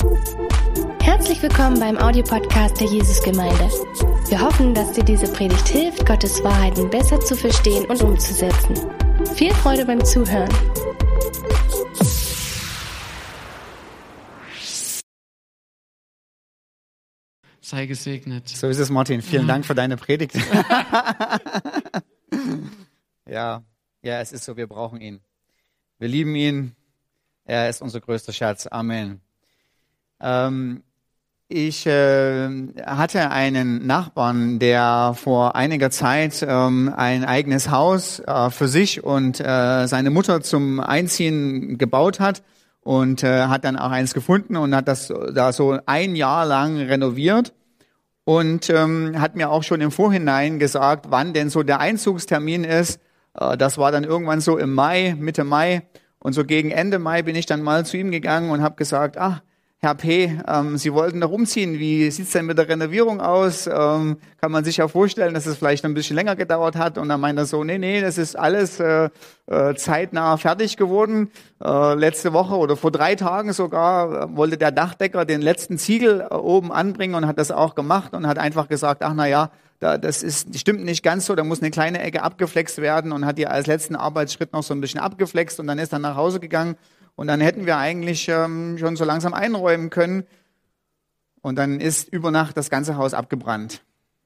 Herzlich willkommen beim Audiopodcast der Jesusgemeinde. Wir hoffen, dass dir diese Predigt hilft, Gottes Wahrheiten besser zu verstehen und umzusetzen. Viel Freude beim Zuhören. Sei gesegnet. So ist es, Martin. Vielen Dank für deine Predigt. Ja, es ist so, wir brauchen ihn. Wir lieben ihn. Er ist unser größter Schatz. Amen. Ich hatte einen Nachbarn, der vor einiger Zeit ein eigenes Haus für sich und seine Mutter zum Einziehen gebaut hat und hat dann auch eins gefunden und hat das da so ein Jahr lang renoviert und hat mir auch schon im Vorhinein gesagt, wann denn so der Einzugstermin ist. Das war dann irgendwann so im Mai, Mitte Mai, und so gegen Ende Mai bin ich dann mal zu ihm gegangen und habe gesagt, Herr P., Sie wollten doch umziehen. Wie sieht's denn mit der Renovierung aus? Kann man sich ja vorstellen, dass es vielleicht ein bisschen länger gedauert hat. Und dann meint er so, nee, das ist alles zeitnah fertig geworden. Letzte Woche oder vor 3 Tagen sogar wollte der Dachdecker den letzten Ziegel oben anbringen und hat das auch gemacht und hat einfach gesagt, das stimmt nicht ganz so, da muss eine kleine Ecke abgeflext werden und hat die als letzten Arbeitsschritt noch so ein bisschen abgeflext und dann ist er nach Hause gegangen. Und dann hätten wir eigentlich schon so langsam einräumen können. Und dann ist über Nacht das ganze Haus abgebrannt.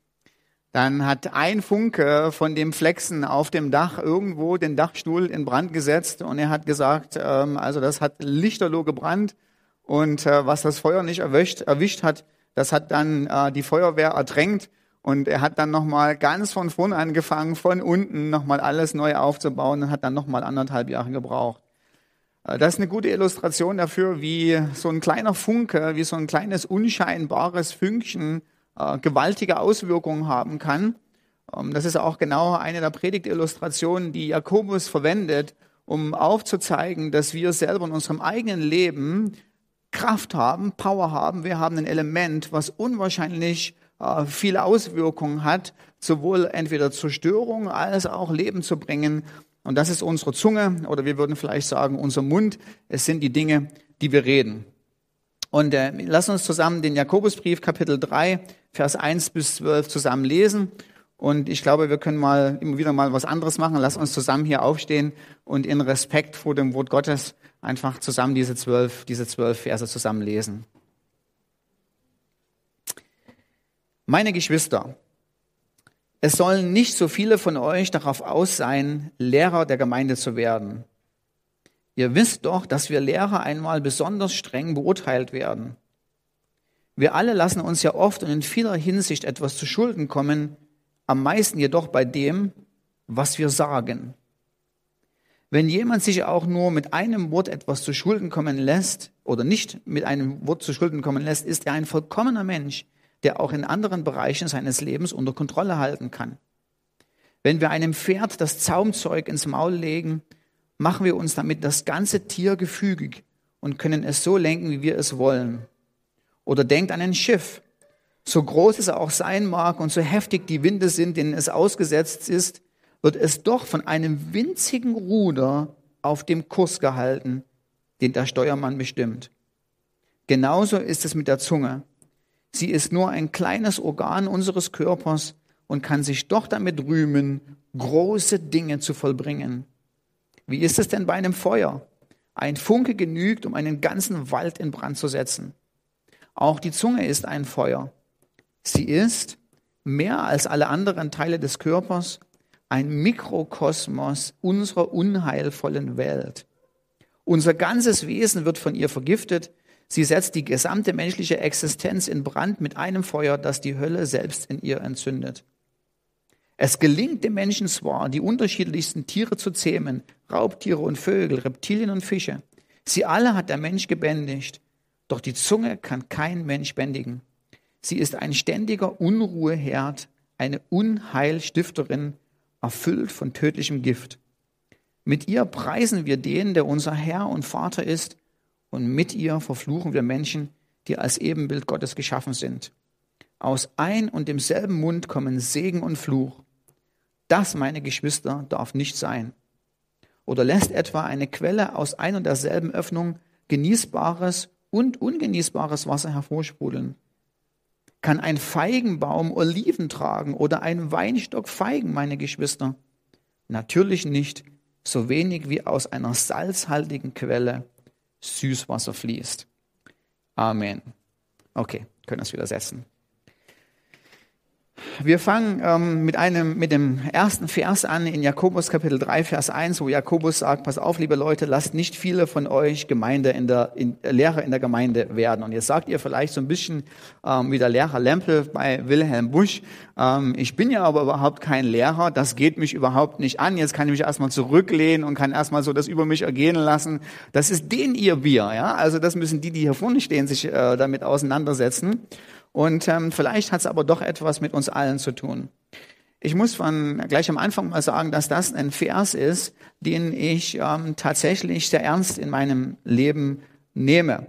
Dann hat ein Funke von dem Flexen auf dem Dach irgendwo den Dachstuhl in Brand gesetzt. Und er hat gesagt, also das hat lichterloh gebrannt. Und was das Feuer nicht erwischt hat, das hat dann die Feuerwehr ertränkt. Und er hat dann nochmal ganz von vorn angefangen, von unten nochmal alles neu aufzubauen und hat dann nochmal 1,5 Jahre gebraucht. Das ist eine gute Illustration dafür, wie so ein kleiner Funke, wie so ein kleines unscheinbares Fünkchen gewaltige Auswirkungen haben kann. Das ist auch genau eine der Predigtillustrationen, die Jakobus verwendet, um aufzuzeigen, dass wir selber in unserem eigenen Leben Kraft haben, Power haben. Wir haben ein Element, was unwahrscheinlich viele Auswirkungen hat, sowohl entweder Zerstörung als auch Leben zu bringen. Und das ist unsere Zunge, oder wir würden vielleicht sagen, unser Mund. Es sind die Dinge, die wir reden. Und lass uns zusammen den Jakobusbrief, Kapitel 3, Vers 1 bis 12 zusammen lesen. Und ich glaube, wir können immer wieder mal was anderes machen. Lass uns zusammen hier aufstehen und in Respekt vor dem Wort Gottes einfach zusammen diese 12 Verse zusammen lesen. Meine Geschwister, es sollen nicht so viele von euch darauf aus sein, Lehrer der Gemeinde zu werden. Ihr wisst doch, dass wir Lehrer einmal besonders streng beurteilt werden. Wir alle lassen uns ja oft und in vieler Hinsicht etwas zu Schulden kommen, am meisten jedoch bei dem, was wir sagen. Wenn jemand sich auch nur mit einem Wort etwas zu Schulden kommen lässt oder nicht mit einem Wort zu Schulden kommen lässt, ist er ein vollkommener Mensch, der auch in anderen Bereichen seines Lebens unter Kontrolle halten kann. Wenn wir einem Pferd das Zaumzeug ins Maul legen, machen wir uns damit das ganze Tier gefügig und können es so lenken, wie wir es wollen. Oder denkt an ein Schiff. So groß es auch sein mag und so heftig die Winde sind, denen es ausgesetzt ist, wird es doch von einem winzigen Ruder auf dem Kurs gehalten, den der Steuermann bestimmt. Genauso ist es mit der Zunge. Sie ist nur ein kleines Organ unseres Körpers und kann sich doch damit rühmen, große Dinge zu vollbringen. Wie ist es denn bei einem Feuer? Ein Funke genügt, um einen ganzen Wald in Brand zu setzen. Auch die Zunge ist ein Feuer. Sie ist, mehr als alle anderen Teile des Körpers, ein Mikrokosmos unserer unheilvollen Welt. Unser ganzes Wesen wird von ihr vergiftet. Sie setzt die gesamte menschliche Existenz in Brand mit einem Feuer, das die Hölle selbst in ihr entzündet. Es gelingt dem Menschen zwar, die unterschiedlichsten Tiere zu zähmen, Raubtiere und Vögel, Reptilien und Fische. Sie alle hat der Mensch gebändigt, doch die Zunge kann kein Mensch bändigen. Sie ist ein ständiger Unruheherd, eine Unheilstifterin, erfüllt von tödlichem Gift. Mit ihr preisen wir den, der unser Herr und Vater ist, und mit ihr verfluchen wir Menschen, die als Ebenbild Gottes geschaffen sind. Aus ein und demselben Mund kommen Segen und Fluch. Das, meine Geschwister, darf nicht sein. Oder lässt etwa eine Quelle aus ein und derselben Öffnung Genießbares und ungenießbares Wasser hervorsprudeln? Kann ein Feigenbaum Oliven tragen oder ein Weinstock Feigen, meine Geschwister? Natürlich nicht, so wenig wie aus einer salzhaltigen Quelle Süßwasser fließt. Amen. Okay, können wir es wieder setzen. Wir fangen mit dem ersten Vers an in Jakobus Kapitel 3, Vers 1, wo Jakobus sagt, pass auf, liebe Leute, lasst nicht viele von euch Lehrer in der Gemeinde werden. Und jetzt sagt ihr vielleicht so ein bisschen wie der Lehrer Lempel bei Wilhelm Busch, ich bin ja aber überhaupt kein Lehrer, das geht mich überhaupt nicht an, jetzt kann ich mich erstmal zurücklehnen und kann erstmal so das über mich ergehen lassen. Das ist ihr Bier, ja, also das müssen die hier vorne stehen, sich damit auseinandersetzen. Und vielleicht hat es aber doch etwas mit uns allen zu tun. Ich muss gleich am Anfang mal sagen, dass das ein Vers ist, den ich tatsächlich sehr ernst in meinem Leben nehme.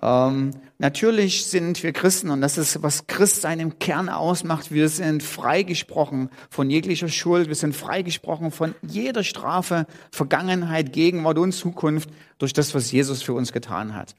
Natürlich sind wir Christen und das ist, was Christsein im Kern ausmacht. Wir sind freigesprochen von jeglicher Schuld. Wir sind freigesprochen von jeder Strafe, Vergangenheit, Gegenwart und Zukunft durch das, was Jesus für uns getan hat.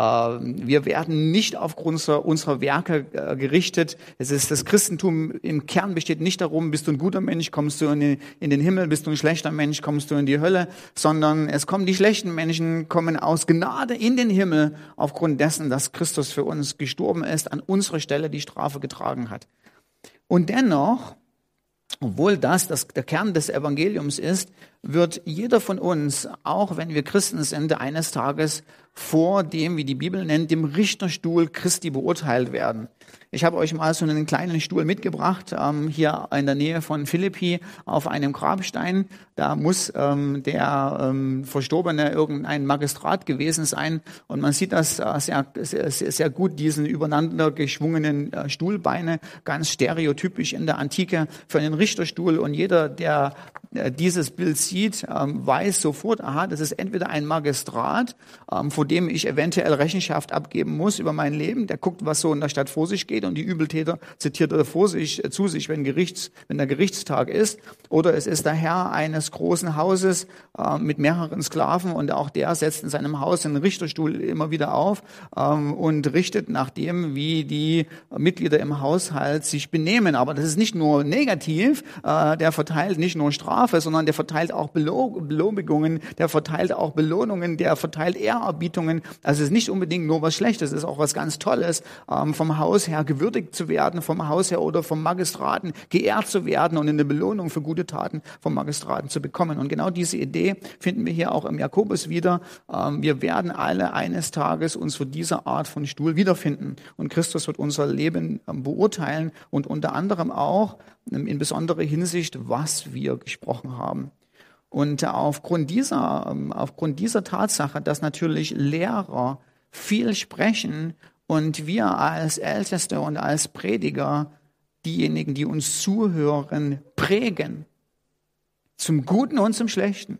Wir werden nicht aufgrund unserer Werke gerichtet. Das Christentum im Kern besteht nicht darum, bist du ein guter Mensch, kommst du in den Himmel, bist du ein schlechter Mensch, kommst du in die Hölle, sondern die schlechten Menschen kommen aus Gnade in den Himmel aufgrund dessen, dass Christus für uns gestorben ist, an unserer Stelle die Strafe getragen hat. Und dennoch, obwohl das der Kern des Evangeliums ist, wird jeder von uns, auch wenn wir Christen sind, eines Tages vor dem, wie die Bibel nennt, dem Richterstuhl Christi beurteilt werden. Ich habe euch mal so einen kleinen Stuhl mitgebracht, hier in der Nähe von Philippi auf einem Grabstein. Da muss der Verstorbene irgendein Magistrat gewesen sein. Und man sieht das sehr gut, diesen übereinander geschwungenen Stuhlbeine, ganz stereotypisch in der Antike für einen Richterstuhl. Und jeder, der dieses Bild sieht, weiß sofort, aha, das ist entweder ein Magistrat, vor dem ich eventuell Rechenschaft abgeben muss über mein Leben. Der guckt, was so in der Stadt vor sich geht und die Übeltäter zitiert er zu sich, wenn der Gerichtstag ist. Oder es ist der Herr eines großen Hauses mit mehreren Sklaven und auch der setzt in seinem Haus einen Richterstuhl immer wieder auf und richtet nach dem, wie die Mitglieder im Haushalt sich benehmen. Aber das ist nicht nur negativ, der verteilt nicht nur Strafe, sondern der verteilt auch Belobigungen, der verteilt auch Belohnungen, der verteilt Ehrerbietungen. Also es ist nicht unbedingt nur was Schlechtes, es ist auch was ganz Tolles, vom Haus her gewürdigt zu werden, vom Haus her oder vom Magistraten geehrt zu werden und eine Belohnung für gute Taten vom Magistraten zu bekommen. Und genau diese Idee finden wir hier auch im Jakobus wieder. Wir werden alle eines Tages uns für diese Art von Stuhl wiederfinden. Und Christus wird unser Leben beurteilen und unter anderem auch in besonderer Hinsicht, was wir gesprochen haben. Und aufgrund dieser Tatsache, dass natürlich Lehrer viel sprechen und wir als Älteste und als Prediger diejenigen, die uns zuhören, prägen, zum Guten und zum Schlechten,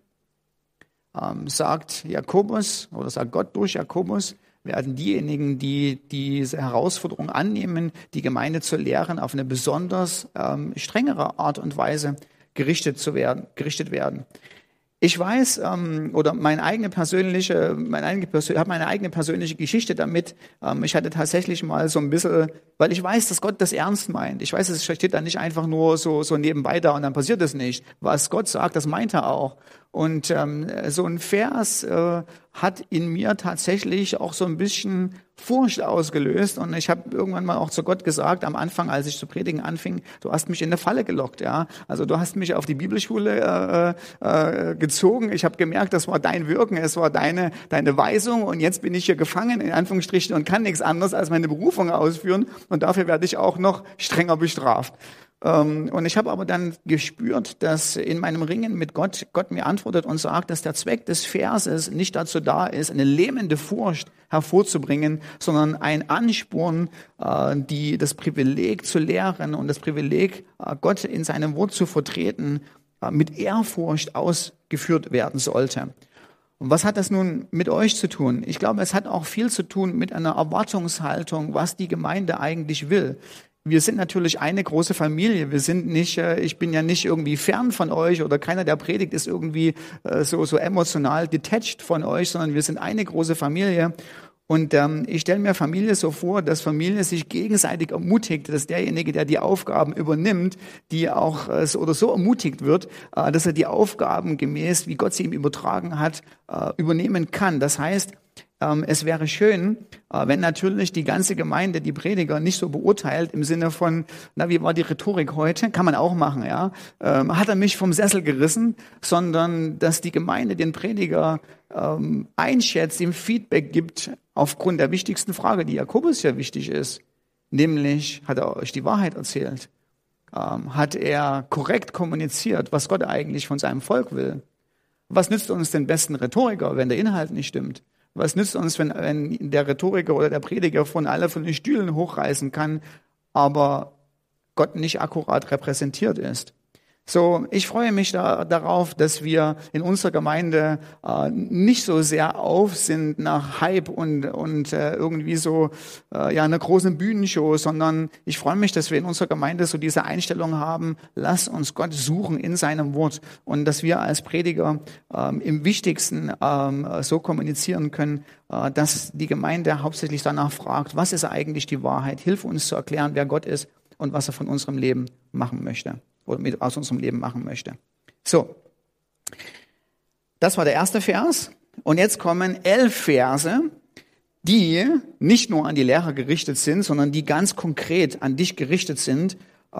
sagt Jakobus oder sagt Gott durch Jakobus, werden diejenigen, die diese Herausforderung annehmen, die Gemeinde zu lehren, auf eine besonders strengere Art und Weise gerichtet werden. Ich weiß, oder ich habe meine eigene persönliche Geschichte damit. Ich hatte tatsächlich mal so ein bisschen, weil ich weiß, dass Gott das ernst meint. Ich weiß, es steht da nicht einfach nur so nebenbei da und dann passiert es nicht. Was Gott sagt, das meint er auch. Und so ein Vers hat in mir tatsächlich auch so ein bisschen Furcht ausgelöst. Und ich habe irgendwann mal auch zu Gott gesagt, am Anfang, als ich zu predigen anfing, du hast mich in eine Falle gelockt. Ja, also du hast mich auf die Bibelschule gezogen. Ich habe gemerkt, das war dein Wirken, es war deine Weisung. Und jetzt bin ich hier gefangen, in Anführungsstrichen, und kann nichts anderes als meine Berufung ausführen. Und dafür werde ich auch noch strenger bestraft. Und ich habe aber dann gespürt, dass in meinem Ringen mit Gott mir antwortet und sagt, dass der Zweck des Verses nicht dazu da ist, eine lähmende Furcht hervorzubringen, sondern ein Ansporn, das Privileg zu lehren und das Privileg, Gott in seinem Wort zu vertreten, mit Ehrfurcht ausgeführt werden sollte. Und was hat das nun mit euch zu tun? Ich glaube, es hat auch viel zu tun mit einer Erwartungshaltung, was die Gemeinde eigentlich will. Wir sind natürlich eine große Familie. Ich bin ja nicht irgendwie fern von euch oder keiner, der predigt, ist irgendwie so emotional detached von euch, sondern wir sind eine große Familie. Und ich stelle mir Familie so vor, dass Familie sich gegenseitig ermutigt, dass derjenige, der die Aufgaben übernimmt, die auch oder so ermutigt wird, dass er die Aufgaben gemäß, wie Gott sie ihm übertragen hat, übernehmen kann. Das heißt, es wäre schön, wenn natürlich die ganze Gemeinde die Prediger nicht so beurteilt im Sinne von, na, wie war die Rhetorik heute? Kann man auch machen, ja. Hat er mich vom Sessel gerissen? Sondern, dass die Gemeinde den Prediger einschätzt, ihm Feedback gibt aufgrund der wichtigsten Frage, die Jakobus ja wichtig ist. Nämlich, hat er euch die Wahrheit erzählt? Hat er korrekt kommuniziert, was Gott eigentlich von seinem Volk will? Was nützt uns den besten Rhetoriker, wenn der Inhalt nicht stimmt? Was nützt uns, wenn der Rhetoriker oder der Prediger von den Stühlen hochreißen kann, aber Gott nicht akkurat repräsentiert ist? So, ich freue mich darauf, dass wir in unserer Gemeinde nicht so sehr auf sind nach Hype und irgendwie so einer großen Bühnenshow, sondern ich freue mich, dass wir in unserer Gemeinde so diese Einstellung haben, lass uns Gott suchen in seinem Wort und dass wir als Prediger im Wichtigsten so kommunizieren können, dass die Gemeinde hauptsächlich danach fragt, was ist eigentlich die Wahrheit? Hilf uns zu erklären, wer Gott ist und was er von unserem Leben machen möchte. Oder aus unserem Leben machen möchte. So, das war der erste Vers. Und jetzt kommen 11 Verse, die nicht nur an die Lehrer gerichtet sind, sondern die ganz konkret an dich gerichtet sind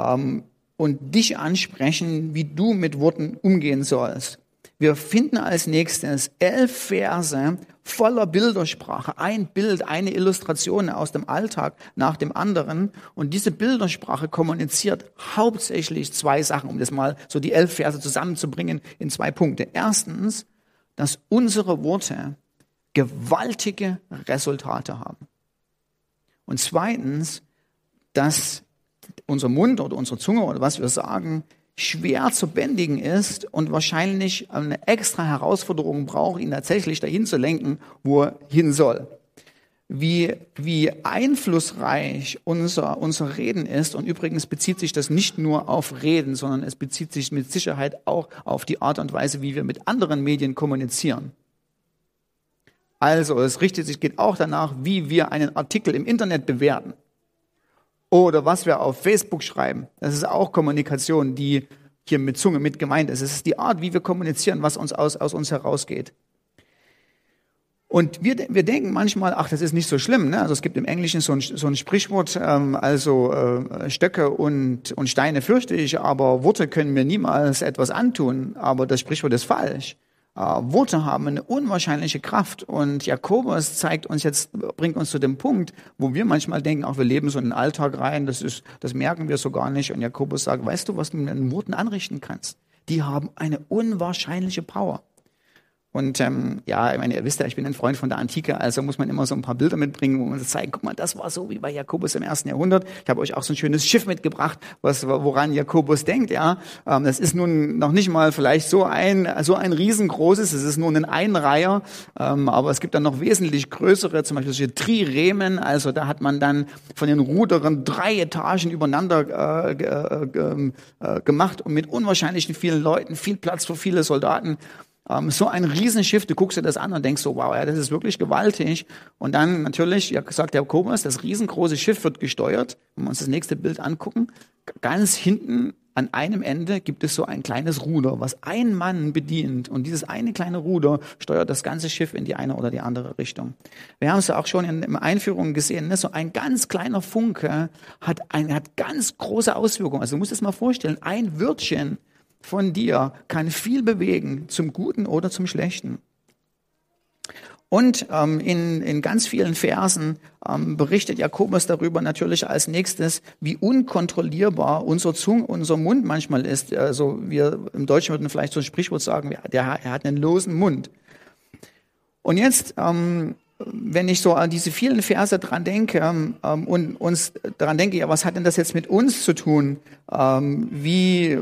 und dich ansprechen, wie du mit Worten umgehen sollst. Wir finden als nächstes 11 Verse voller Bildersprache. Ein Bild, eine Illustration aus dem Alltag nach dem anderen. Und diese Bildersprache kommuniziert hauptsächlich 2 Sachen, um das mal so die 11 Verse zusammenzubringen in 2 Punkte. Erstens, dass unsere Worte gewaltige Resultate haben. Und zweitens, dass unser Mund oder unsere Zunge oder was wir sagen, schwer zu bändigen ist und wahrscheinlich eine extra Herausforderung braucht, ihn tatsächlich dahin zu lenken, wo er hin soll. Wie einflussreich unser Reden ist, und übrigens bezieht sich das nicht nur auf Reden, sondern es bezieht sich mit Sicherheit auch auf die Art und Weise, wie wir mit anderen Medien kommunizieren. Also, geht auch danach, wie wir einen Artikel im Internet bewerten. Oder was wir auf Facebook schreiben. Das ist auch Kommunikation, die hier mit Zunge mit gemeint ist. Es ist die Art, wie wir kommunizieren, was uns aus uns herausgeht. Und wir denken manchmal, ach, das ist nicht so schlimm. Ne? Also es gibt im Englischen so ein Sprichwort, Stöcke und Steine fürchte ich, aber Worte können mir niemals etwas antun. Aber das Sprichwort ist falsch. Worte haben eine unwahrscheinliche Kraft und Jakobus bringt uns zu dem Punkt, wo wir manchmal denken, auch wir leben so in den Alltag rein, das merken wir so gar nicht. Und Jakobus sagt, weißt du, was du mit den Worten anrichten kannst? Die haben eine unwahrscheinliche Power. Und ich meine, ihr wisst ja, ich bin ein Freund von der Antike, also muss man immer so ein paar Bilder mitbringen, wo man zeigen, guck mal, das war so wie bei Jakobus im 1. Jahrhundert. Ich habe euch auch so ein schönes Schiff mitgebracht, woran Jakobus denkt. Ja, das ist nun noch nicht mal vielleicht so ein riesengroßes, es ist nur ein Einreiher, aber es gibt dann noch wesentlich größere, zum Beispiel solche Triremen. Also da hat man dann von den Rudern 3 Etagen übereinander gemacht und mit unwahrscheinlichen vielen Leuten, viel Platz für viele Soldaten. So ein Riesenschiff, du guckst dir das an und denkst so, wow, ja, das ist wirklich gewaltig. Und dann natürlich, ja, sagt Jakobus, das riesengroße Schiff wird gesteuert. Wenn wir uns das nächste Bild angucken, ganz hinten an einem Ende gibt es so ein kleines Ruder, was ein Mann bedient. Und dieses eine kleine Ruder steuert das ganze Schiff in die eine oder die andere Richtung. Wir haben es ja auch schon in Einführungen gesehen, ne? So ein ganz kleiner Funke hat ganz große Auswirkungen. Also du musst es mal vorstellen, ein Wörtchen von dir kann viel bewegen, zum Guten oder zum Schlechten. Und in ganz vielen Versen berichtet Jakobus darüber natürlich als nächstes, wie unkontrollierbar unser Mund manchmal ist. Also wir im Deutschen würden vielleicht so ein Sprichwort sagen, er hat einen losen Mund. Und jetzt, wenn ich so an diese vielen Verse dran denke und uns daran denke, ja, was hat denn das jetzt mit uns zu tun? Wie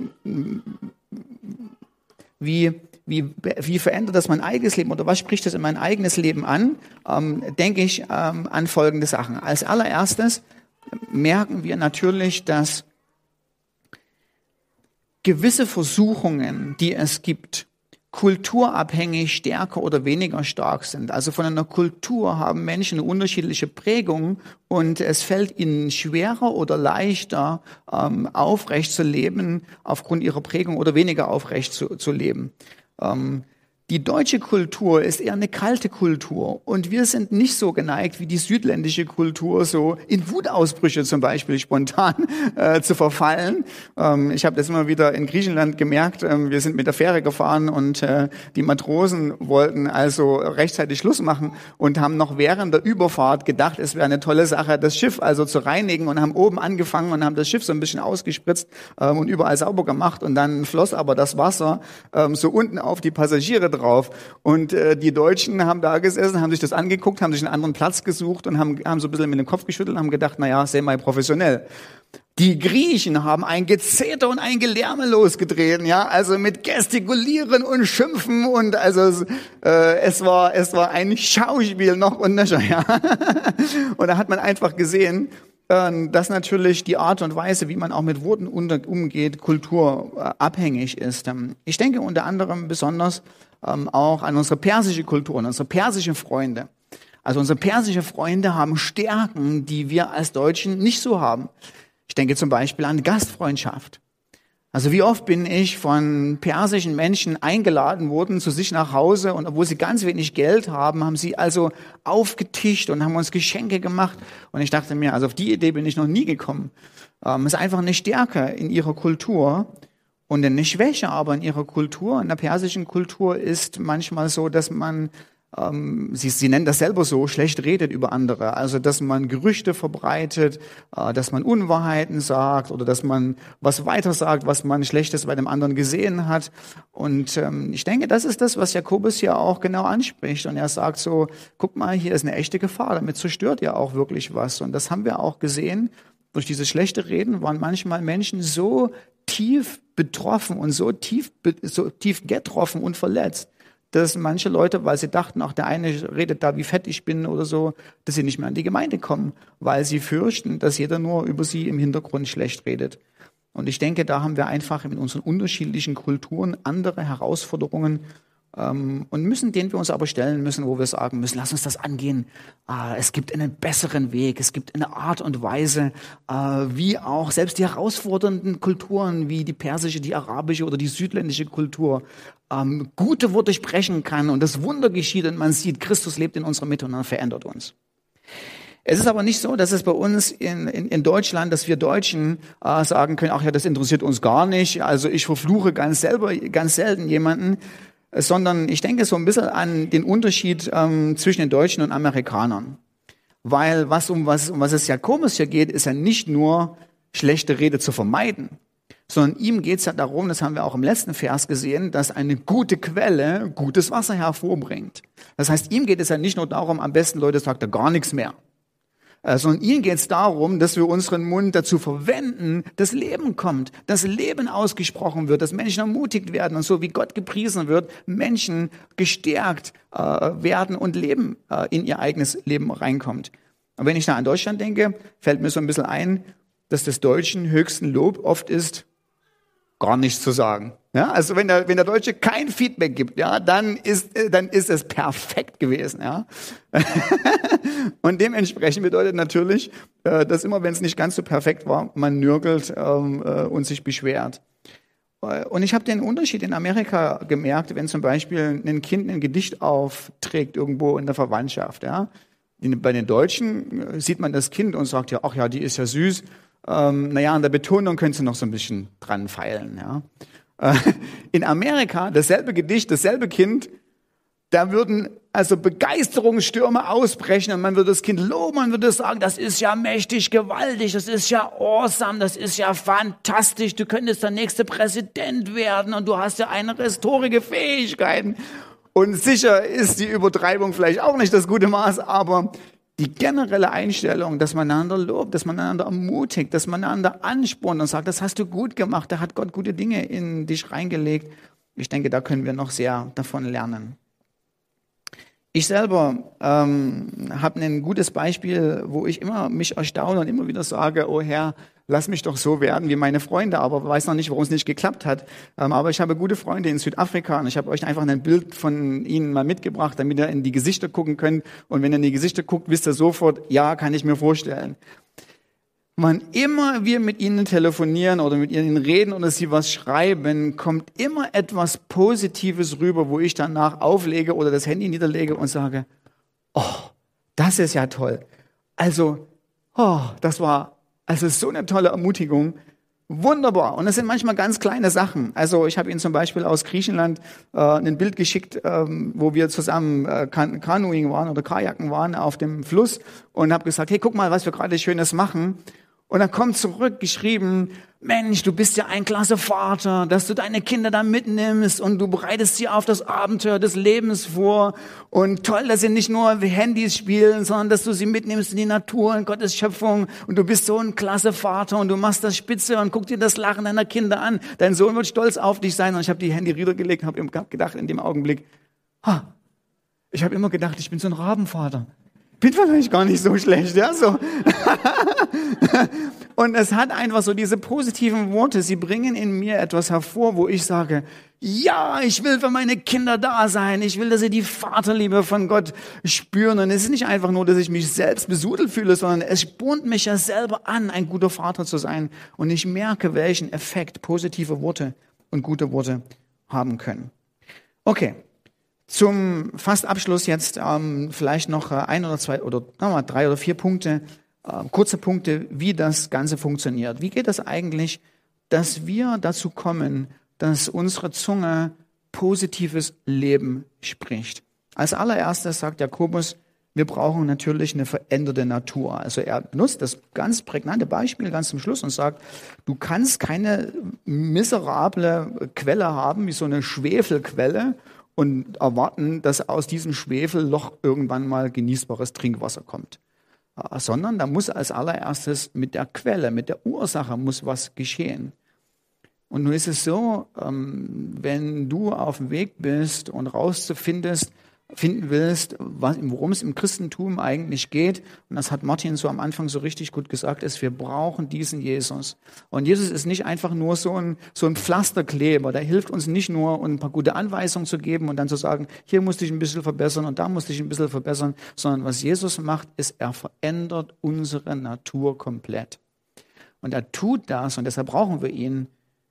verändert das mein eigenes Leben oder was spricht das in mein eigenes Leben an? Denke ich an folgende Sachen. Als allererstes merken wir natürlich, dass gewisse Versuchungen, die es gibt, kulturabhängig stärker oder weniger stark sind. Also von einer Kultur haben Menschen eine unterschiedliche Prägung und es fällt ihnen schwerer oder leichter, aufrecht zu leben aufgrund ihrer Prägung oder weniger aufrecht zu leben. Die deutsche Kultur ist eher eine kalte Kultur und wir sind nicht so geneigt wie die südländische Kultur, so in Wutausbrüche zum Beispiel spontan zu verfallen. Ich habe das immer wieder in Griechenland gemerkt. Wir sind mit der Fähre gefahren und die Matrosen wollten also rechtzeitig Schluss machen und haben noch während der Überfahrt gedacht, es wäre eine tolle Sache, das Schiff also zu reinigen und haben oben angefangen und haben das Schiff so ein bisschen ausgespritzt und überall sauber gemacht und dann floss aber das Wasser so unten auf die Passagiere drauf. Und die Deutschen haben da gesessen, haben sich das angeguckt, haben sich einen anderen Platz gesucht und haben so ein bisschen mit dem Kopf geschüttelt und haben gedacht, naja, semi-professionell. Die Griechen haben ein Gezeter und ein Gelärme losgetreten, ja, also mit Gestikulieren und Schimpfen und also es war ein Schauspiel noch und nöcher, ja. Und da hat man einfach gesehen, dass natürlich die Art und Weise, wie man auch mit Worten umgeht, kulturabhängig ist. Ich denke unter anderem besonders auch an unsere persische Kultur, an unsere persischen Freunde. Also unsere persische Freunde haben Stärken, die wir als Deutschen nicht so haben. Ich denke zum Beispiel an Gastfreundschaft. Also wie oft bin ich von persischen Menschen eingeladen worden zu sich nach Hause und obwohl sie ganz wenig Geld haben, haben sie also aufgetischt und haben uns Geschenke gemacht. Und ich dachte mir, also auf die Idee bin ich noch nie gekommen. Es ist einfach eine Stärke in ihrer Kultur und eine Schwäche aber in ihrer Kultur. In der persischen Kultur ist manchmal so, dass man Sie nennen das selber so, schlecht redet über andere. Also, dass man Gerüchte verbreitet, dass man Unwahrheiten sagt oder dass man was weiter sagt, was man Schlechtes bei dem anderen gesehen hat. Und ich denke, das ist das, was Jakobus hier auch genau anspricht. Und er sagt so, guck mal, hier ist eine echte Gefahr, damit zerstört ihr auch wirklich was. Und das haben wir auch gesehen. Durch dieses schlechte Reden waren manchmal Menschen so tief betroffen und so tief getroffen und verletzt, dass manche Leute, weil sie dachten, ach, der eine redet da, wie fett ich bin oder so, dass sie nicht mehr in die Gemeinde kommen, weil sie fürchten, dass jeder nur über sie im Hintergrund schlecht redet. Und ich denke, da haben wir einfach in unseren unterschiedlichen Kulturen andere Herausforderungen und denen wir uns aber stellen müssen, wo wir sagen müssen, lass uns das angehen. Es gibt einen besseren Weg, es gibt eine Art und Weise, wie auch selbst die herausfordernden Kulturen, wie die persische, die arabische oder die südländische Kultur, gute Worte sprechen kann und das Wunder geschieht und man sieht, Christus lebt in unserer Mitte und er verändert uns. Es ist aber nicht so, dass es bei uns in Deutschland, dass wir Deutschen sagen können, ach ja, das interessiert uns gar nicht, also ich verfluche ganz selten jemanden, sondern ich denke so ein bisschen an den Unterschied zwischen den Deutschen und Amerikanern. Weil um was es Jakobus hier geht, ist ja nicht nur schlechte Rede zu vermeiden, sondern ihm geht es ja darum, das haben wir auch im letzten Vers gesehen, dass eine gute Quelle gutes Wasser hervorbringt. Das heißt, ihm geht es ja nicht nur darum, am besten Leute sagt er gar nichts mehr, sondern ihm geht es darum, dass wir unseren Mund dazu verwenden, dass Leben kommt, dass Leben ausgesprochen wird, dass Menschen ermutigt werden und so wie Gott gepriesen wird, Menschen gestärkt werden und Leben in ihr eigenes Leben reinkommt. Und wenn ich da an Deutschland denke, fällt mir so ein bisschen ein, dass des Deutschen höchsten Lob oft ist, gar nichts zu sagen. Ja, also wenn der Deutsche kein Feedback gibt, ja, dann ist es perfekt gewesen, ja. Und dementsprechend bedeutet natürlich, dass immer, wenn es nicht ganz so perfekt war, man nörgelt und sich beschwert. Und ich habe den Unterschied in Amerika gemerkt, wenn zum Beispiel ein Kind ein Gedicht aufträgt irgendwo in der Verwandtschaft, ja. Bei den Deutschen sieht man das Kind und sagt ja, ach ja, die ist ja süß. Naja, an der Betonung könntest du noch so ein bisschen dran feilen, ja. In Amerika, dasselbe Gedicht, dasselbe Kind, da würden also Begeisterungsstürme ausbrechen und man würde das Kind loben, man würde sagen, das ist ja mächtig gewaltig, das ist ja awesome, das ist ja fantastisch, du könntest der nächste Präsident werden und du hast ja eine rhetorische Fähigkeiten. Und sicher ist die Übertreibung vielleicht auch nicht das gute Maß, aber die generelle Einstellung, dass man einander lobt, dass man einander ermutigt, dass man einander anspornt und sagt, das hast du gut gemacht, da hat Gott gute Dinge in dich reingelegt. Ich denke, da können wir noch sehr davon lernen. Ich selber habe ein gutes Beispiel, wo ich immer mich erstaune und immer wieder sage, oh Herr, lass mich doch so werden wie meine Freunde, aber weiß noch nicht, warum es nicht geklappt hat. Aber ich habe gute Freunde in Südafrika und ich habe euch einfach ein Bild von ihnen mal mitgebracht, damit ihr in die Gesichter gucken könnt. Und wenn ihr in die Gesichter guckt, wisst ihr sofort, ja, kann ich mir vorstellen. Wann immer wir mit ihnen telefonieren oder mit ihnen reden oder sie was schreiben, kommt immer etwas Positives rüber, wo ich danach auflege oder das Handy niederlege und sage, oh, das ist ja toll. Also, das war so eine tolle Ermutigung. Wunderbar. Und das sind manchmal ganz kleine Sachen. Also ich habe Ihnen zum Beispiel aus Griechenland ein Bild geschickt, wo wir zusammen Kanuing waren oder Kajaken waren auf dem Fluss und habe gesagt, hey, guck mal, was wir gerade Schönes machen. Und dann kommt zurück geschrieben, Mensch, du bist ja ein klasse Vater, dass du deine Kinder da mitnimmst und du bereitest sie auf das Abenteuer des Lebens vor. Und toll, dass sie nicht nur Handys spielen, sondern dass du sie mitnimmst in die Natur, in Gottes Schöpfung. Und du bist so ein klasse Vater und du machst das spitze und guck dir das Lachen deiner Kinder an. Dein Sohn wird stolz auf dich sein. Und ich habe die Handy runtergelegt und habe gedacht in dem Augenblick, ich habe immer gedacht, ich bin so ein Rabenvater. Bin vielleicht gar nicht so schlecht, ja, so. Und es hat einfach so diese positiven Worte, sie bringen in mir etwas hervor, wo ich sage, ja, ich will für meine Kinder da sein, ich will, dass sie die Vaterliebe von Gott spüren. Und es ist nicht einfach nur, dass ich mich selbst besudelt fühle, sondern es spornt mich ja selber an, ein guter Vater zu sein. Und ich merke, welchen Effekt positive Worte und gute Worte haben können. Okay. Zum fast Abschluss jetzt vielleicht noch ein oder zwei oder 3 oder 4 Punkte, kurze Punkte, wie das Ganze funktioniert. Wie geht es eigentlich, dass wir dazu kommen, dass unsere Zunge positives Leben spricht? Als allererstes sagt Jakobus, wir brauchen natürlich eine veränderte Natur. Also er benutzt das ganz prägnante Beispiel ganz zum Schluss und sagt, du kannst keine miserable Quelle haben, wie so eine Schwefelquelle, und erwarten, dass aus diesem Schwefelloch irgendwann mal genießbares Trinkwasser kommt. Sondern da muss als allererstes mit der Quelle, mit der Ursache muss was geschehen. Und nun ist es so, wenn du auf dem Weg bist und finden willst, worum es im Christentum eigentlich geht, und das hat Martin so am Anfang so richtig gut gesagt, ist, wir brauchen diesen Jesus. Und Jesus ist nicht einfach nur so ein Pflasterkleber, der hilft uns nicht nur, ein paar gute Anweisungen zu geben und dann zu sagen, hier musst du dich ein bisschen verbessern und da musst du dich ein bisschen verbessern, sondern was Jesus macht, ist, er verändert unsere Natur komplett. Und er tut das, und deshalb brauchen wir ihn,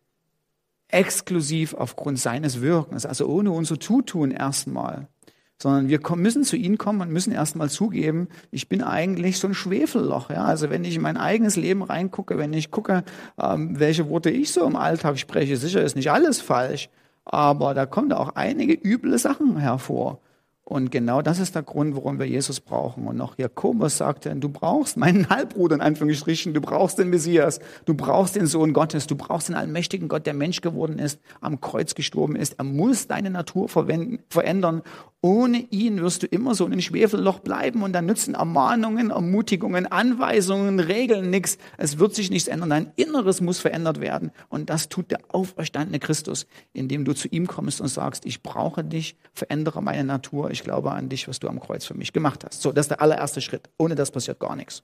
exklusiv aufgrund seines Wirkens, also ohne unser Zutun erstmal. Sondern wir müssen zu ihm kommen und müssen erstmal zugeben, ich bin eigentlich so ein Schwefelloch. Ja? Also wenn ich in mein eigenes Leben reingucke, wenn ich gucke, welche Worte ich so im Alltag spreche, sicher ist nicht alles falsch, aber da kommen auch einige üble Sachen hervor. Und genau das ist der Grund, warum wir Jesus brauchen. Und auch Jakobus sagte, du brauchst meinen Halbbruder in Anführungsstrichen, du brauchst den Messias, du brauchst den Sohn Gottes, du brauchst den allmächtigen Gott, der Mensch geworden ist, am Kreuz gestorben ist. Er muss deine Natur verändern. Ohne ihn wirst du immer so in ein Schwefelloch bleiben und dann nützen Ermahnungen, Ermutigungen, Anweisungen, Regeln nichts. Es wird sich nichts ändern. Dein Inneres muss verändert werden. Und das tut der auferstandene Christus, indem du zu ihm kommst und sagst, ich brauche dich, verändere meine Natur. Ich glaube an dich, was du am Kreuz für mich gemacht hast. So, das ist der allererste Schritt. Ohne das passiert gar nichts.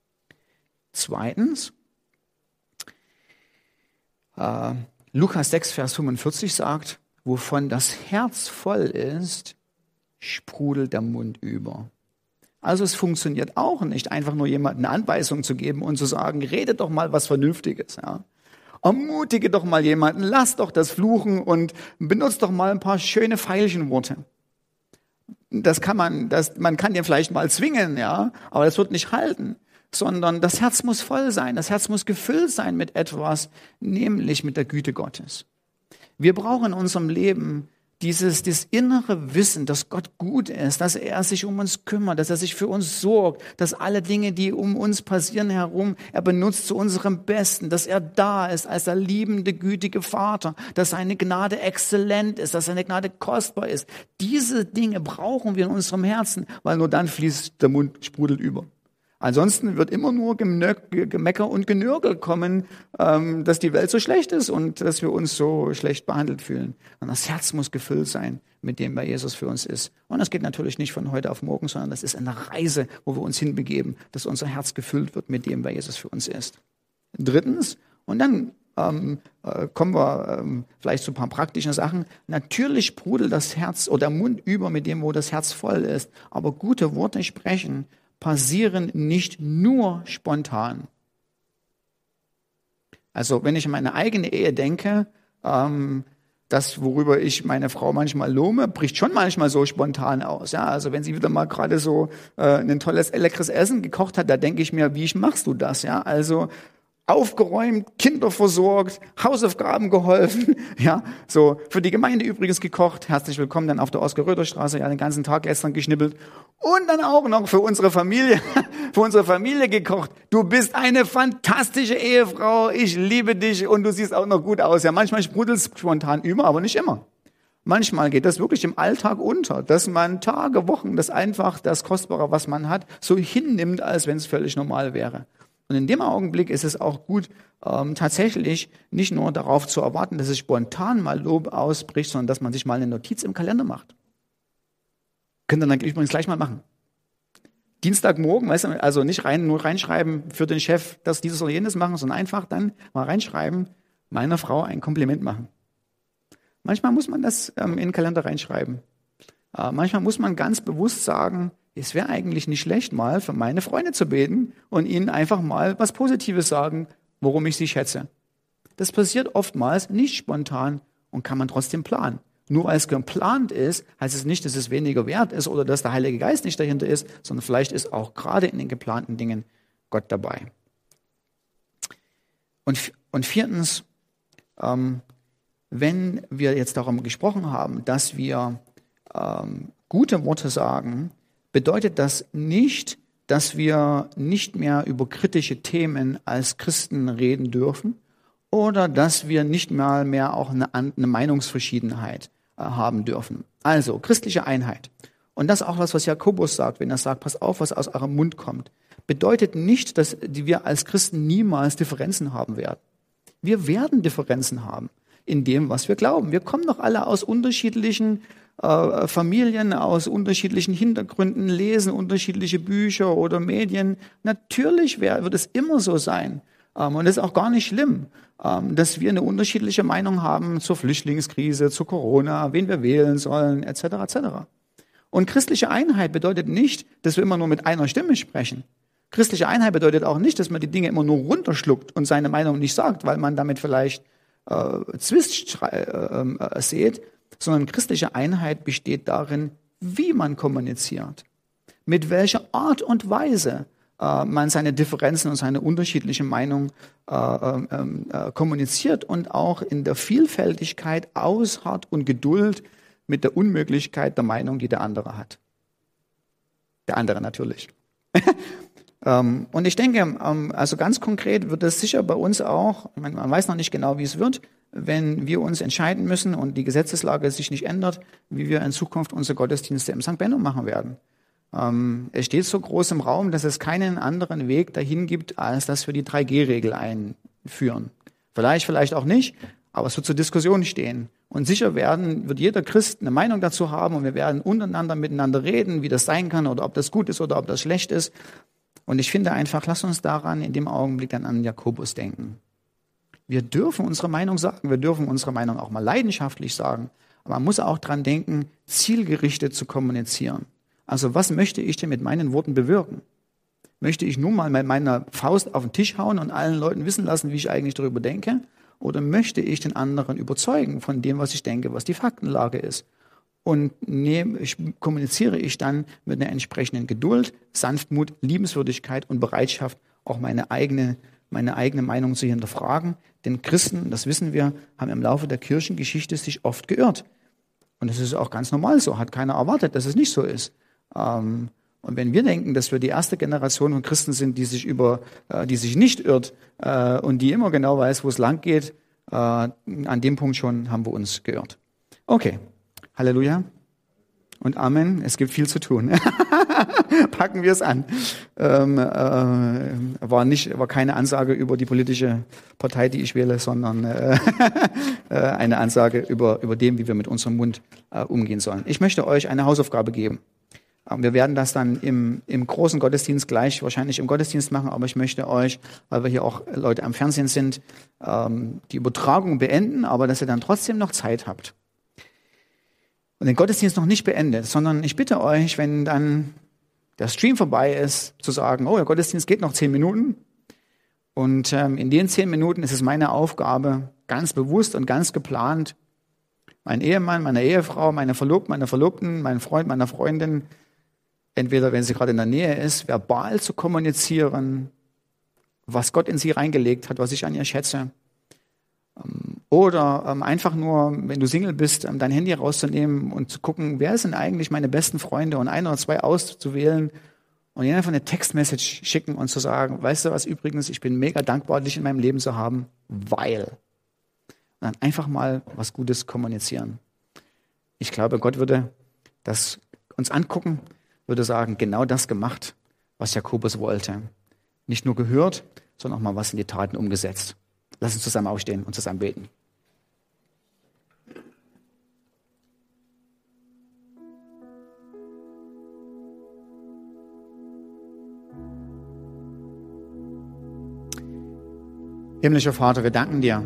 Zweitens, Lukas 6, Vers 45 sagt, wovon das Herz voll ist, sprudelt der Mund über. Also es funktioniert auch nicht, einfach nur jemandem eine Anweisung zu geben und zu sagen, rede doch mal was Vernünftiges. Ja. Ermutige doch mal jemanden, lass doch das Fluchen und benutzt doch mal ein paar schöne Veilchenworte. Man kann den vielleicht mal zwingen, ja, aber das wird nicht halten. Sondern das Herz muss voll sein, das Herz muss gefüllt sein mit etwas, nämlich mit der Güte Gottes. Wir brauchen in unserem Leben das innere Wissen, dass Gott gut ist, dass er sich um uns kümmert, dass er sich für uns sorgt, dass alle Dinge, die um uns passieren herum, er benutzt zu unserem Besten, dass er da ist als der liebende, gütige Vater, dass seine Gnade exzellent ist, dass seine Gnade kostbar ist. Diese Dinge brauchen wir in unserem Herzen, weil nur dann fließt der Mund, sprudelt über. Ansonsten wird immer nur Gemecker und Genörgel kommen, dass die Welt so schlecht ist und dass wir uns so schlecht behandelt fühlen. Und das Herz muss gefüllt sein mit dem, wer Jesus für uns ist. Und das geht natürlich nicht von heute auf morgen, sondern das ist eine Reise, wo wir uns hinbegeben, dass unser Herz gefüllt wird mit dem, wer Jesus für uns ist. Drittens, und dann kommen wir vielleicht zu ein paar praktischen Sachen. Natürlich sprudelt das Herz oder der Mund über mit dem, wo das Herz voll ist. Aber gute Worte sprechen passieren nicht nur spontan. Also wenn ich an meine eigene Ehe denke, das, worüber ich meine Frau manchmal lohme, bricht schon manchmal so spontan aus. Ja, also wenn sie wieder mal gerade so ein tolles, leckeres Essen gekocht hat, da denke ich mir, wie machst du das? Ja, also aufgeräumt, Kinder versorgt, Hausaufgaben geholfen, ja, so für die Gemeinde übrigens gekocht. Herzlich willkommen dann auf der Oskar-Röder-Straße, ja, den ganzen Tag gestern geschnippelt und dann auch noch für unsere Familie gekocht. Du bist eine fantastische Ehefrau, ich liebe dich und du siehst auch noch gut aus. Ja, manchmal sprudelt es spontan über, aber nicht immer. Manchmal geht das wirklich im Alltag unter, dass man Tage, Wochen, das einfach, das Kostbare, was man hat, so hinnimmt, als wenn es völlig normal wäre. Und in dem Augenblick ist es auch gut, tatsächlich nicht nur darauf zu erwarten, dass es spontan mal Lob ausbricht, sondern dass man sich mal eine Notiz im Kalender macht. Könnt ihr dann übrigens gleich mal machen. Dienstagmorgen, weißt du, also nicht nur reinschreiben für den Chef, dass dieses oder jenes machen, sondern einfach dann mal reinschreiben, meiner Frau ein Kompliment machen. Manchmal muss man das in den Kalender reinschreiben. Manchmal muss man ganz bewusst sagen, es wäre eigentlich nicht schlecht, mal für meine Freunde zu beten und ihnen einfach mal was Positives sagen, worum ich sie schätze. Das passiert oftmals nicht spontan und kann man trotzdem planen. Nur weil es geplant ist, heißt es nicht, dass es weniger wert ist oder dass der Heilige Geist nicht dahinter ist, sondern vielleicht ist auch gerade in den geplanten Dingen Gott dabei. Und viertens, wenn wir jetzt darum gesprochen haben, dass wir gute Worte sagen, bedeutet das nicht, dass wir nicht mehr über kritische Themen als Christen reden dürfen oder dass wir nicht mal mehr auch eine Meinungsverschiedenheit haben dürfen. Also christliche Einheit. Und das ist auch was Jakobus sagt, wenn er sagt, pass auf, was aus eurem Mund kommt. Bedeutet nicht, dass wir als Christen niemals Differenzen haben werden. Wir werden Differenzen haben in dem, was wir glauben. Wir kommen doch alle aus unterschiedlichen Familien, aus unterschiedlichen Hintergründen, lesen unterschiedliche Bücher oder Medien. Natürlich wird es immer so sein. Und es ist auch gar nicht schlimm, dass wir eine unterschiedliche Meinung haben zur Flüchtlingskrise, zu Corona, wen wir wählen sollen, etc. etc. Und christliche Einheit bedeutet nicht, dass wir immer nur mit einer Stimme sprechen. Christliche Einheit bedeutet auch nicht, dass man die Dinge immer nur runterschluckt und seine Meinung nicht sagt, weil man damit vielleicht Zwist sät, sondern christliche Einheit besteht darin, wie man kommuniziert, mit welcher Art und Weise man seine Differenzen und seine unterschiedlichen Meinungen kommuniziert und auch in der Vielfältigkeit ausharrt und Geduld mit der Unmöglichkeit der Meinung, die der andere hat. Der andere natürlich. Und ich denke, also ganz konkret wird es sicher bei uns auch, man weiß noch nicht genau, wie es wird, wenn wir uns entscheiden müssen und die Gesetzeslage sich nicht ändert, wie wir in Zukunft unsere Gottesdienste im St. Benno machen werden. Es steht so groß im Raum, dass es keinen anderen Weg dahin gibt, als dass wir die 3G-Regel einführen. Vielleicht auch nicht, aber es wird zur Diskussion stehen. Und sicher wird jeder Christ eine Meinung dazu haben und wir werden untereinander miteinander reden, wie das sein kann oder ob das gut ist oder ob das schlecht ist. Und ich finde einfach, lass uns daran in dem Augenblick dann an Jakobus denken. Wir dürfen unsere Meinung sagen, wir dürfen unsere Meinung auch mal leidenschaftlich sagen, aber man muss auch dran denken, zielgerichtet zu kommunizieren. Also was möchte ich denn mit meinen Worten bewirken? Möchte ich nur mal mit meiner Faust auf den Tisch hauen und allen Leuten wissen lassen, wie ich eigentlich darüber denke? Oder möchte ich den anderen überzeugen von dem, was ich denke, was die Faktenlage ist? Und kommuniziere ich dann mit einer entsprechenden Geduld, Sanftmut, Liebenswürdigkeit und Bereitschaft, auch meine eigene Meinung zu hinterfragen. Denn Christen, das wissen wir, haben im Laufe der Kirchengeschichte sich oft geirrt. Und das ist auch ganz normal so, hat keiner erwartet, dass es nicht so ist. Und wenn wir denken, dass wir die erste Generation von Christen sind, die sich nicht irrt und die immer genau weiß, wo es lang geht, an dem Punkt schon haben wir uns geirrt. Okay, Halleluja und Amen. Es gibt viel zu tun. Packen wir es an. War keine Ansage über die politische Partei, die ich wähle, sondern eine Ansage über dem, wie wir mit unserem Mund umgehen sollen. Ich möchte euch eine Hausaufgabe geben. Wir werden das dann im großen Gottesdienst gleich wahrscheinlich im Gottesdienst machen, aber ich möchte euch, weil wir hier auch Leute am Fernsehen sind, die Übertragung beenden, aber dass ihr dann trotzdem noch Zeit habt. Und den Gottesdienst noch nicht beendet, sondern ich bitte euch, wenn dann der Stream vorbei ist, zu sagen, oh, der Gottesdienst geht noch 10 Minuten. Und in den 10 Minuten ist es meine Aufgabe, ganz bewusst und ganz geplant, meinen Ehemann, meine Ehefrau, meine Verlobten, meiner Verlobten, meinen Freund, meiner Freundin, entweder wenn sie gerade in der Nähe ist, verbal zu kommunizieren, was Gott in sie reingelegt hat, was ich an ihr schätze. Oder einfach nur, wenn du Single bist, dein Handy rauszunehmen und zu gucken, wer sind eigentlich meine besten Freunde und 1 oder 2 auszuwählen und ihnen einfach eine Textmessage schicken und zu sagen, weißt du was, übrigens, ich bin mega dankbar, dich in meinem Leben zu haben, weil. Und dann einfach mal was Gutes kommunizieren. Ich glaube, Gott würde das uns angucken, würde sagen, genau das gemacht, was Jakobus wollte. Nicht nur gehört, sondern auch mal was in die Taten umgesetzt. Lass uns zusammen aufstehen und zusammen beten. Himmlischer Vater, wir danken dir.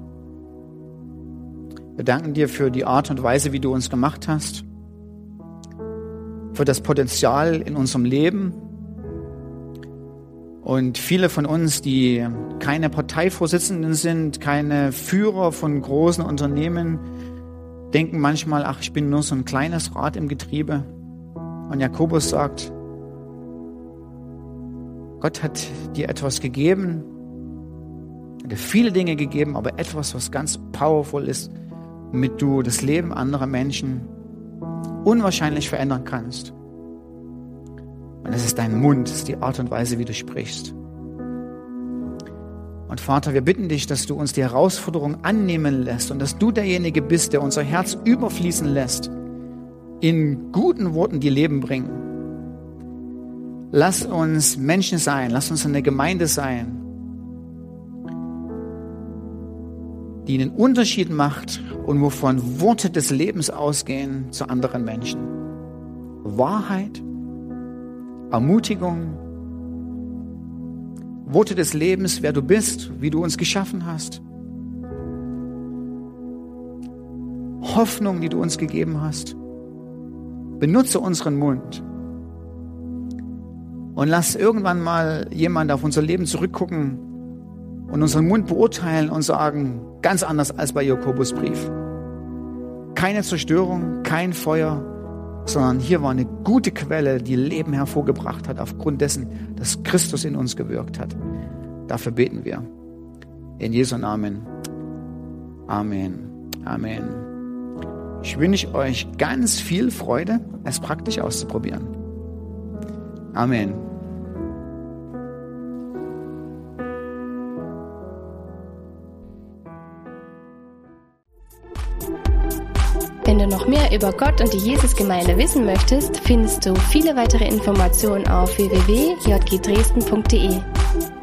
Wir danken dir für die Art und Weise, wie du uns gemacht hast, für das Potenzial in unserem Leben. Und viele von uns, die keine Parteivorsitzenden sind, keine Führer von großen Unternehmen, denken manchmal, ach, ich bin nur so ein kleines Rad im Getriebe. Und Jakobus sagt, Gott hat dir etwas gegeben, hat dir viele Dinge gegeben, aber etwas, was ganz powerful ist, womit du das Leben anderer Menschen unwahrscheinlich verändern kannst. Und es ist dein Mund, es ist die Art und Weise, wie du sprichst. Und Vater, wir bitten dich, dass du uns die Herausforderung annehmen lässt und dass du derjenige bist, der unser Herz überfließen lässt in guten Worten, die Leben bringen. Lass uns Menschen sein, lass uns eine Gemeinde sein, die einen Unterschied macht und wovon Worte des Lebens ausgehen zu anderen Menschen. Wahrheit, Ermutigung, Worte des Lebens, wer du bist, wie du uns geschaffen hast. Hoffnung, die du uns gegeben hast. Benutze unseren Mund. Und lass irgendwann mal jemand auf unser Leben zurückgucken und unseren Mund beurteilen und sagen, ganz anders als bei Jakobus Brief. Keine Zerstörung, kein Feuer, sondern hier war eine gute Quelle, die Leben hervorgebracht hat, aufgrund dessen, dass Christus in uns gewirkt hat. Dafür beten wir. In Jesu Namen. Amen. Amen. Ich wünsche euch ganz viel Freude, es praktisch auszuprobieren. Amen. Wenn du noch mehr über Gott und die Jesusgemeinde wissen möchtest, findest du viele weitere Informationen auf www.jgdresden.de.